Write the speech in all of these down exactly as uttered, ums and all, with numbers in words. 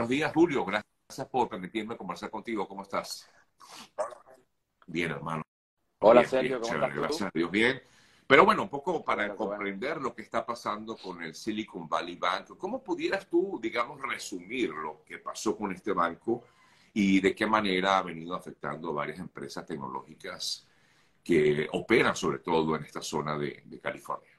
Buenos días, Julio. Gracias por permitirme conversar contigo. ¿Cómo estás? Bien, hermano. Hola Bien, bien, Sergio, ¿cómo chévere. estás tú? Gracias a Dios, bien. Pero bueno, un poco Qué para bueno, qué bueno. comprender lo que está pasando con el Silicon Valley Bank, ¿cómo pudieras tú, digamos, resumir lo que pasó con este banco y de qué manera ha venido afectando a varias empresas tecnológicas que operan sobre todo en esta zona de, de California?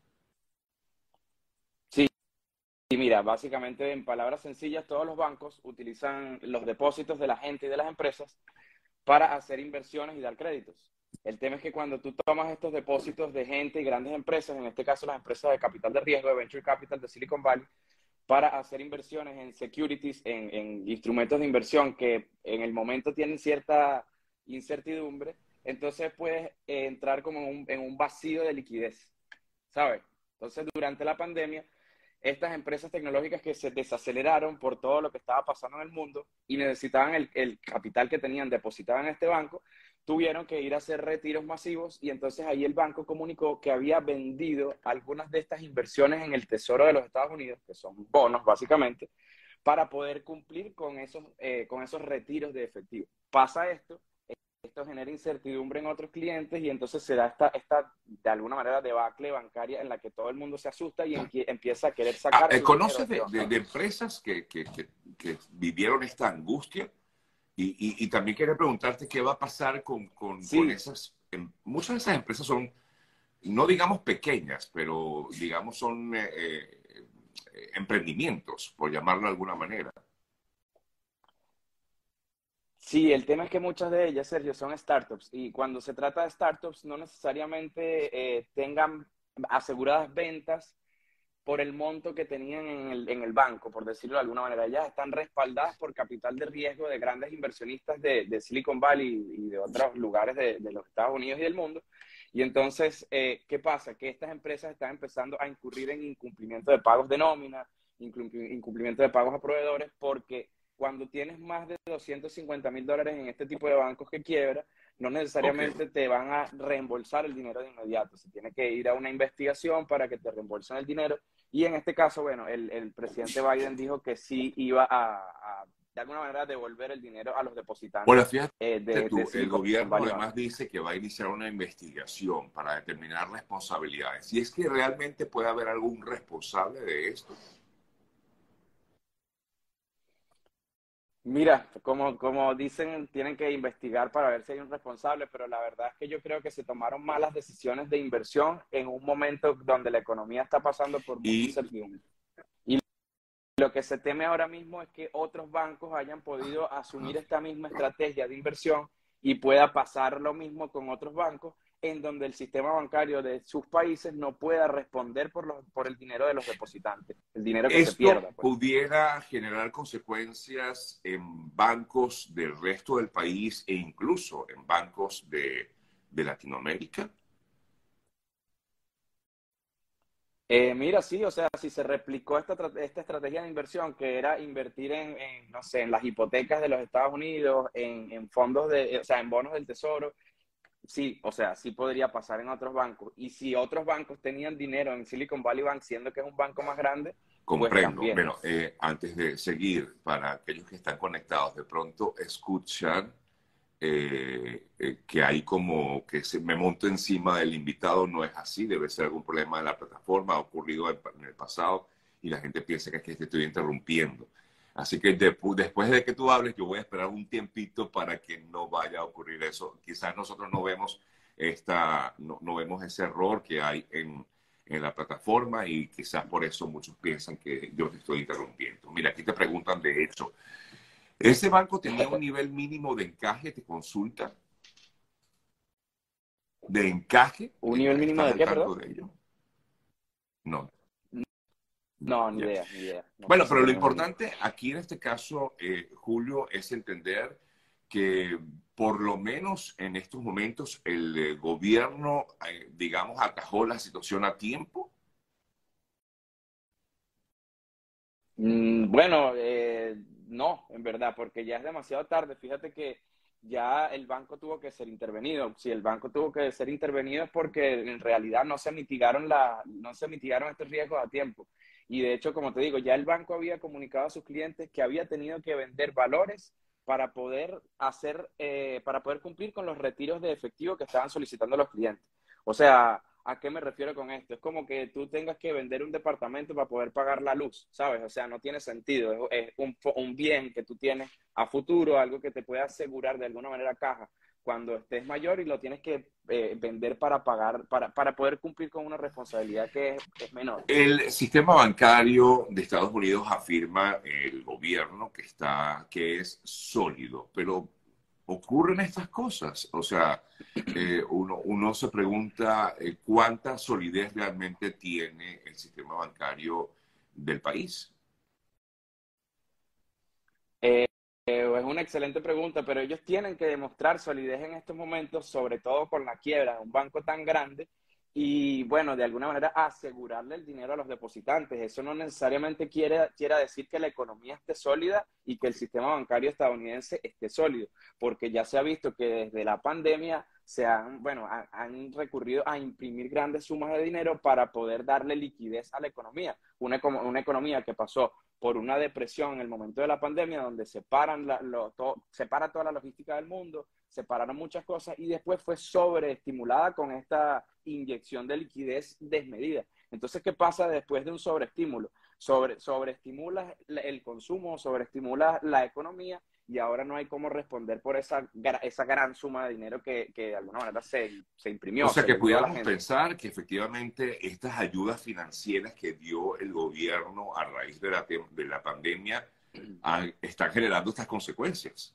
Sí, y mira, básicamente en palabras sencillas, todos los bancos utilizan los depósitos de la gente y de las empresas para hacer inversiones y dar créditos. El tema es que cuando tú tomas estos depósitos de gente y grandes empresas, en este caso las empresas de capital de riesgo, de venture capital de Silicon Valley, para hacer inversiones en securities, en, en instrumentos de inversión que en el momento tienen cierta incertidumbre, entonces puedes eh, entrar como en un, en un vacío de liquidez, ¿sabes? Entonces, durante la pandemia, estas empresas tecnológicas que se desaceleraron por todo lo que estaba pasando en el mundo y necesitaban el, el capital que tenían depositado en este banco, tuvieron que ir a hacer retiros masivos y entonces ahí el banco comunicó que había vendido algunas de estas inversiones en el Tesoro de los Estados Unidos, que son bonos básicamente, para poder cumplir con esos, eh, con esos retiros de efectivo. Pasa esto, esto genera incertidumbre en otros clientes y entonces se da esta, esta de alguna manera, debacle bancaria en la que todo el mundo se asusta y en, empieza a querer Ah, sacar eh, su dinero de ¿conoces este de, de- de banco. empresas que, que- que- que vivieron esta angustia? Y, y- y también quería preguntarte qué va a pasar con, con- con Sí, esas. em- Muchas de esas empresas son, no digamos pequeñas, pero digamos son eh, eh, emprendimientos, por llamarlo de alguna manera. sí, el tema es que muchas de ellas, Sergio, son startups y cuando se trata de startups no necesariamente eh, tengan aseguradas ventas por el monto que tenían en el, en el banco, por decirlo de alguna manera. Ellas están respaldadas por capital de riesgo de grandes inversionistas de, de Silicon Valley y de otros lugares de, de, los Estados Unidos y del mundo. Y entonces, eh, ¿qué pasa? Que estas empresas están empezando a incurrir en incumplimiento de pagos de nómina, incumplimiento de pagos a proveedores, porque cuando tienes más de doscientos cincuenta mil dólares en este tipo de bancos que quiebra, no Ok. necesariamente te van a reembolsar el dinero de inmediato. Se tiene que ir a una investigación para que te reembolsen el dinero. Y en este caso, bueno, el, el presidente Biden dijo que sí iba a, a, de alguna manera, devolver el dinero a los Bueno, depositantes fíjate eh, de, de tú, el Silicon gobierno Valley Bank. además dice que va a iniciar una investigación para determinar responsabilidades. ¿Y es que realmente puede haber algún responsable de esto? Mira, como, como dicen, tienen que investigar para ver si hay un responsable, pero la verdad es que yo creo que se tomaron malas decisiones de inversión en un momento donde la economía está pasando por mucha Y incertidumbre. Y lo que se teme ahora mismo es que otros bancos hayan podido asumir esta misma estrategia de inversión y pueda pasar lo mismo con otros bancos en donde el sistema bancario de sus países no pueda responder por, los, por el dinero de los depositantes, el dinero que se esto pierda, pues. pudiera generar consecuencias en bancos del resto del país e incluso en bancos de, de Latinoamérica. Eh, mira, sí, o sea, si se replicó esta, esta estrategia de inversión, que era invertir en, en, no sé, en las hipotecas de los Estados Unidos, en, en fondos de, o sea, en bonos del tesoro, sí, o sea, sí podría pasar en otros bancos. Y si otros bancos tenían dinero en Silicon Valley Bank, siendo que es un banco más grande, pues Comprendo. también. Bueno, eh, antes de seguir, para aquellos que están conectados, de pronto escuchan eh, eh, que hay como que se, me monto encima del invitado, no es así, debe ser algún problema de la plataforma, ha ocurrido en, en el pasado y la gente piensa que es que te estoy interrumpiendo. Así que de, después de que tú hables, yo voy a esperar un tiempito para que no vaya a ocurrir eso. Quizás nosotros no vemos, esta, no, no vemos ese error que hay en, en la plataforma y quizás por eso muchos piensan que yo te estoy interrumpiendo. Mira, aquí te preguntan de hecho, ¿ese banco tenía un nivel mínimo de encaje? ¿Te consulta? ¿De encaje? ¿Un nivel mínimo ¿Estás de al qué, tanto perdón? de ello? No, no, No, ni ya. idea, ni idea. No sé Bueno, si pero lo tenemos uno. importante aquí en este caso, eh, Julio, es entender que por lo menos en estos momentos el eh, gobierno, eh, digamos, atajó la situación a tiempo. Mm, bueno, eh, no, en verdad, porque ya es demasiado tarde. Fíjate que ya el banco tuvo que ser intervenido. Si el banco tuvo que ser intervenido es porque en realidad no se mitigaron la, no se mitigaron estos riesgos a tiempo. Y de hecho, como te digo, ya el banco había comunicado a sus clientes que había tenido que vender valores para poder hacer, eh, para poder cumplir con los retiros de efectivo que estaban solicitando los clientes. O sea, ¿a qué me refiero con esto? Es como que tú tengas que vender un departamento para poder pagar la luz, ¿sabes? O sea, no tiene sentido. Es, es un, un bien que tú tienes a futuro, algo que te puede asegurar de alguna manera caja cuando estés mayor y lo tienes que eh, vender para pagar, para, para poder cumplir con una responsabilidad que es, es menor. El sistema bancario de Estados Unidos afirma el gobierno que está, que es sólido, pero ocurren estas cosas. O sea, eh, uno, uno se pregunta eh, cuánta solidez realmente tiene el sistema bancario del país. Eh, eh, es una excelente pregunta, pero ellos tienen que demostrar solidez en estos momentos, sobre todo con la quiebra de un banco tan grande y, bueno, de alguna manera asegurarle el dinero a los depositantes. Eso no necesariamente quiere, quiere decir que la economía esté sólida y que el sistema bancario estadounidense esté sólido, porque ya se ha visto que desde la pandemia se han, bueno, han, han recurrido a imprimir grandes sumas de dinero para poder darle liquidez a la economía. Una, una economía que pasó por una depresión en el momento de la pandemia, donde se paran la, lo, todo, se para toda la logística del mundo, se pararon muchas cosas y después fue sobreestimulada con esta inyección de liquidez desmedida. Entonces, ¿qué pasa después de un sobreestímulo? Sobre, sobreestimulas el consumo, sobreestimulas la economía y ahora no hay cómo responder por esa, esa gran suma de dinero que, que de alguna manera se, se O imprimió, sea se que le dio a la pudiéramos gente. pensar que efectivamente estas ayudas financieras que dio el gobierno a raíz de la, de la pandemia ah, están generando estas consecuencias.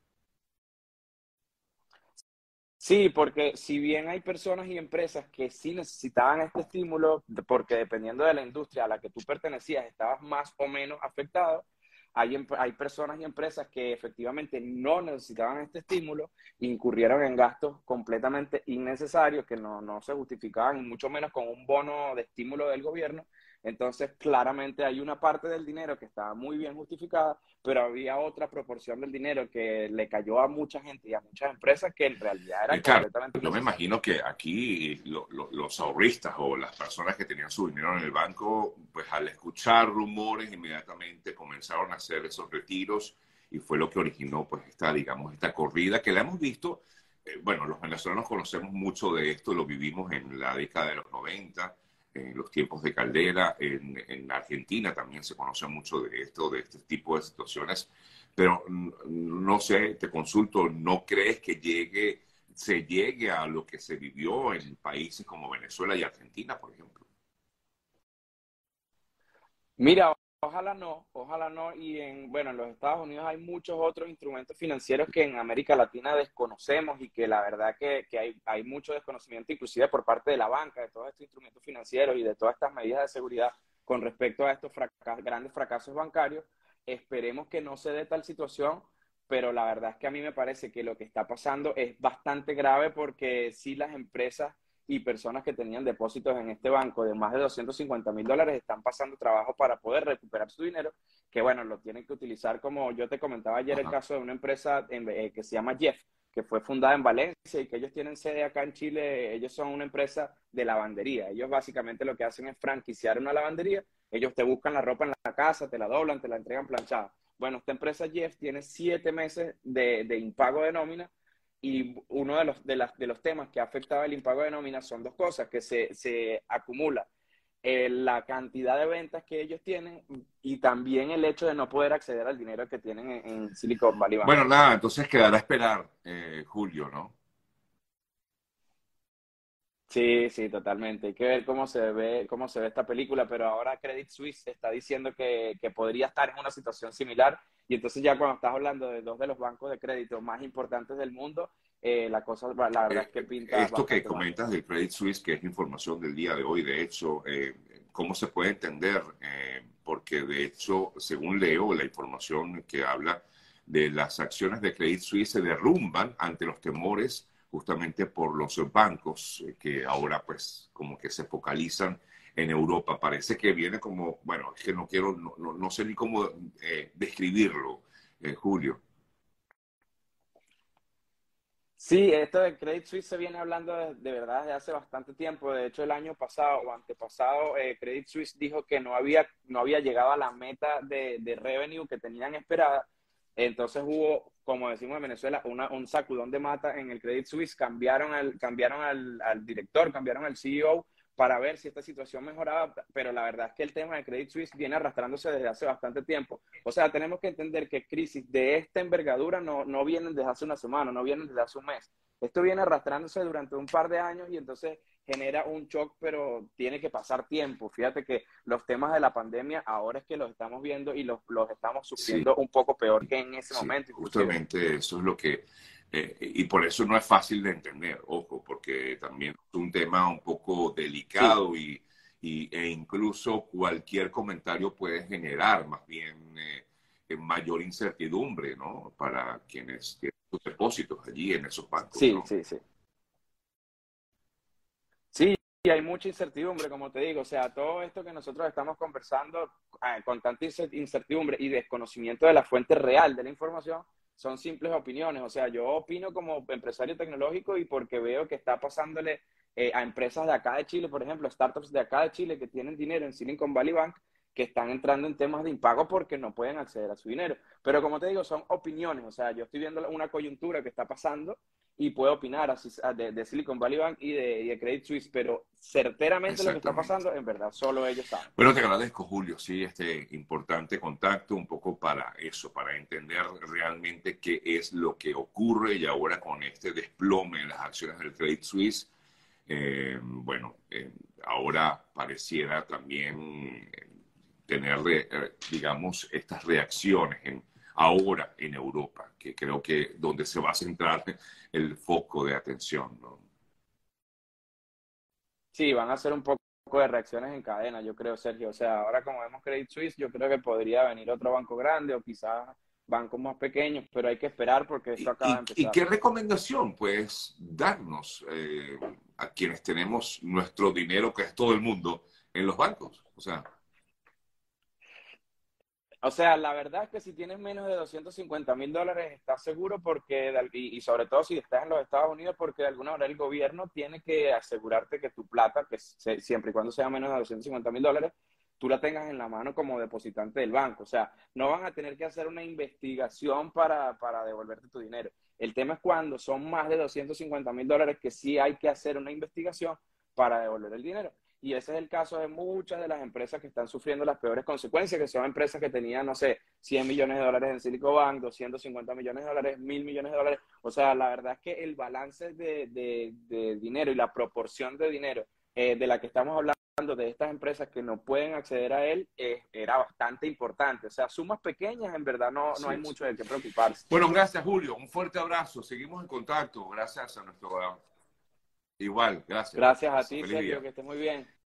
Sí, porque si bien hay personas y empresas que sí necesitaban este estímulo, porque dependiendo de la industria a la que tú pertenecías, estabas más o menos afectado, hay, hay personas y empresas que efectivamente no necesitaban este estímulo, incurrieron en gastos completamente innecesarios que no, no se justificaban, y mucho menos con un bono de estímulo del gobierno. Entonces, claramente hay una parte del dinero que estaba muy bien justificada, pero había otra proporción del dinero que le cayó a mucha gente y a muchas empresas que en realidad era Eh, claro, completamente yo me innecesario. imagino que aquí lo, lo, los ahorristas o las personas que tenían su dinero en el banco, pues al escuchar rumores inmediatamente comenzaron a hacer esos retiros y fue lo que originó pues esta, digamos, esta corrida que la hemos visto. Eh, bueno, los venezolanos conocemos mucho de esto, lo vivimos en la década de los noventa, en los tiempos de Caldera, en, en Argentina también se conoce mucho de esto, de este tipo de situaciones, pero no sé, te consulto, ¿no crees que llegue, se llegue a lo que se vivió en países como Venezuela y Argentina, por ejemplo? Mira, ojalá no, ojalá no. Y en, bueno, en los Estados Unidos hay muchos otros instrumentos financieros que en América Latina desconocemos y que la verdad que, que hay, hay mucho desconocimiento, inclusive por parte de la banca, de todos estos instrumentos financieros y de todas estas medidas de seguridad con respecto a estos fracas, grandes fracasos bancarios. Esperemos que no se dé tal situación, pero la verdad es que a mí me parece que lo que está pasando es bastante grave porque si las empresas y personas que tenían depósitos en este banco de más de doscientos cincuenta mil dólares están pasando trabajo para poder recuperar su dinero, que bueno, lo tienen que utilizar como yo te comentaba ayer el Ajá. caso de una empresa en, eh, que se llama Jeff, que fue fundada en Valencia y que ellos tienen sede acá en Chile. Ellos son una empresa de lavandería. Ellos básicamente lo que hacen es franquiciar una lavandería. Ellos te buscan la ropa en la casa, te la doblan, te la entregan planchada. Bueno, esta empresa Jeff tiene siete meses de, de impago de nómina y uno de los, de, las, de los temas que ha afectado el impago de nómina son dos cosas, que se, se acumula eh, la cantidad de ventas que ellos tienen y también el hecho de no poder acceder al dinero que tienen en, en Silicon Valley Bank. Bueno, nada, entonces quedará a esperar, eh, Julio, ¿no? Sí, sí, totalmente. Hay que ver cómo se ve, cómo se ve esta película, pero ahora Credit Suisse está diciendo que, que podría estar en una situación similar. Y entonces ya cuando estás hablando de dos de los bancos de crédito más importantes del mundo, eh, la cosa, la verdad Eh, es que pinta esto que bastante mal. comentas del Credit Suisse, que es información del día de hoy, de hecho, eh, ¿cómo se puede entender? Eh, porque de hecho, según leo, la información que habla de las acciones de Credit Suisse se derrumban ante los temores justamente por los bancos eh, que ahora pues como que se focalizan en Europa. Parece que viene como, bueno, es que no quiero, no, no, no sé ni cómo eh, describirlo, eh, Julio. Sí, esto de Credit Suisse se viene hablando de, de verdad desde hace bastante tiempo. De hecho, el año pasado o antepasado, eh, Credit Suisse dijo que no había, no había llegado a la meta de, de revenue que tenían esperada. Entonces hubo, como decimos en Venezuela, una, un sacudón de mata en el Credit Suisse. Cambiaron, al, cambiaron al, al director, cambiaron al C E O para ver si esta situación mejoraba, pero la verdad es que el tema de Credit Suisse viene arrastrándose desde hace bastante tiempo. O sea, tenemos que entender que crisis de esta envergadura no, no vienen desde hace una semana, no vienen desde hace un mes. Esto viene arrastrándose durante un par de años y entonces genera un shock, pero tiene que pasar tiempo. Fíjate que los temas de la pandemia ahora es que los estamos viendo y los, los estamos Sí, sufriendo un poco peor que en ese sí, momento, inclusive. justamente eso es lo que, eh, y por eso no es fácil de entender, ojo, porque también es un tema un poco Sí, delicado y, y e incluso cualquier comentario puede generar más bien eh, mayor incertidumbre, ¿no? Para quienes tienen sus depósitos allí en esos bancos, sí, ¿no? sí, sí. Sí, y hay mucha incertidumbre, como te digo, o sea, todo esto que nosotros estamos conversando eh, con tanta incertidumbre y desconocimiento de la fuente real de la información, son simples opiniones. O sea, yo opino como empresario tecnológico y porque veo que está pasándole eh, a empresas de acá de Chile, por ejemplo, startups de acá de Chile que tienen dinero en Silicon Valley Bank, que están entrando en temas de impago porque no pueden acceder a su dinero. Pero como te digo, son opiniones, o sea, yo estoy viendo una coyuntura que está pasando y puedo opinar así, de, de Silicon Valley Bank y de, y de Credit Suisse, pero certeramente lo que está Exactamente. pasando, en verdad, solo ellos saben. Bueno, te agradezco, Julio, sí, este importante contacto, un poco para eso, para entender realmente qué es lo que ocurre y ahora con este desplome en las acciones del Credit Suisse, eh, bueno, eh, ahora pareciera también eh, tener, eh, digamos, estas reacciones en, ahora en Europa, que creo que donde se va a centrar el foco de atención, ¿no? Sí, van a ser un poco de reacciones en cadena, yo creo, Sergio. O sea, ahora como vemos Credit Suisse, yo creo que podría venir otro banco grande o quizás bancos más pequeños, pero hay que esperar porque esto ¿Y, acaba de y, y empezar. qué recomendación puedes darnos eh, a quienes tenemos nuestro dinero, que es todo el mundo, en los bancos? O sea, O sea, la verdad es que si tienes menos de doscientos cincuenta mil dólares, estás seguro porque, y, y sobre todo si estás en los Estados Unidos, porque de alguna manera el gobierno tiene que asegurarte que tu plata, que se, siempre y cuando sea menos de doscientos cincuenta mil dólares, tú la tengas en la mano como depositante del banco. O sea, no van a tener que hacer una investigación para, para devolverte tu dinero. El tema es cuando son más de doscientos cincuenta mil dólares que sí hay que hacer una investigación para devolver el dinero. Y ese es el caso de muchas de las empresas que están sufriendo las peores consecuencias, que son empresas que tenían, no sé, cien millones de dólares en Silicon Bank, doscientos cincuenta millones de dólares, mil millones de dólares. O sea, la verdad es que el balance de, de, de dinero y la proporción de dinero eh, de la que estamos hablando de estas empresas que no pueden acceder a él eh, era bastante importante. O sea, sumas pequeñas, en verdad no, no así hay es. mucho de qué preocuparse. Bueno, gracias, Julio. Un fuerte abrazo. Seguimos en contacto. Gracias a nuestro... Igual, gracias. Gracias a ti, Feliz Sergio, día. que estés muy bien.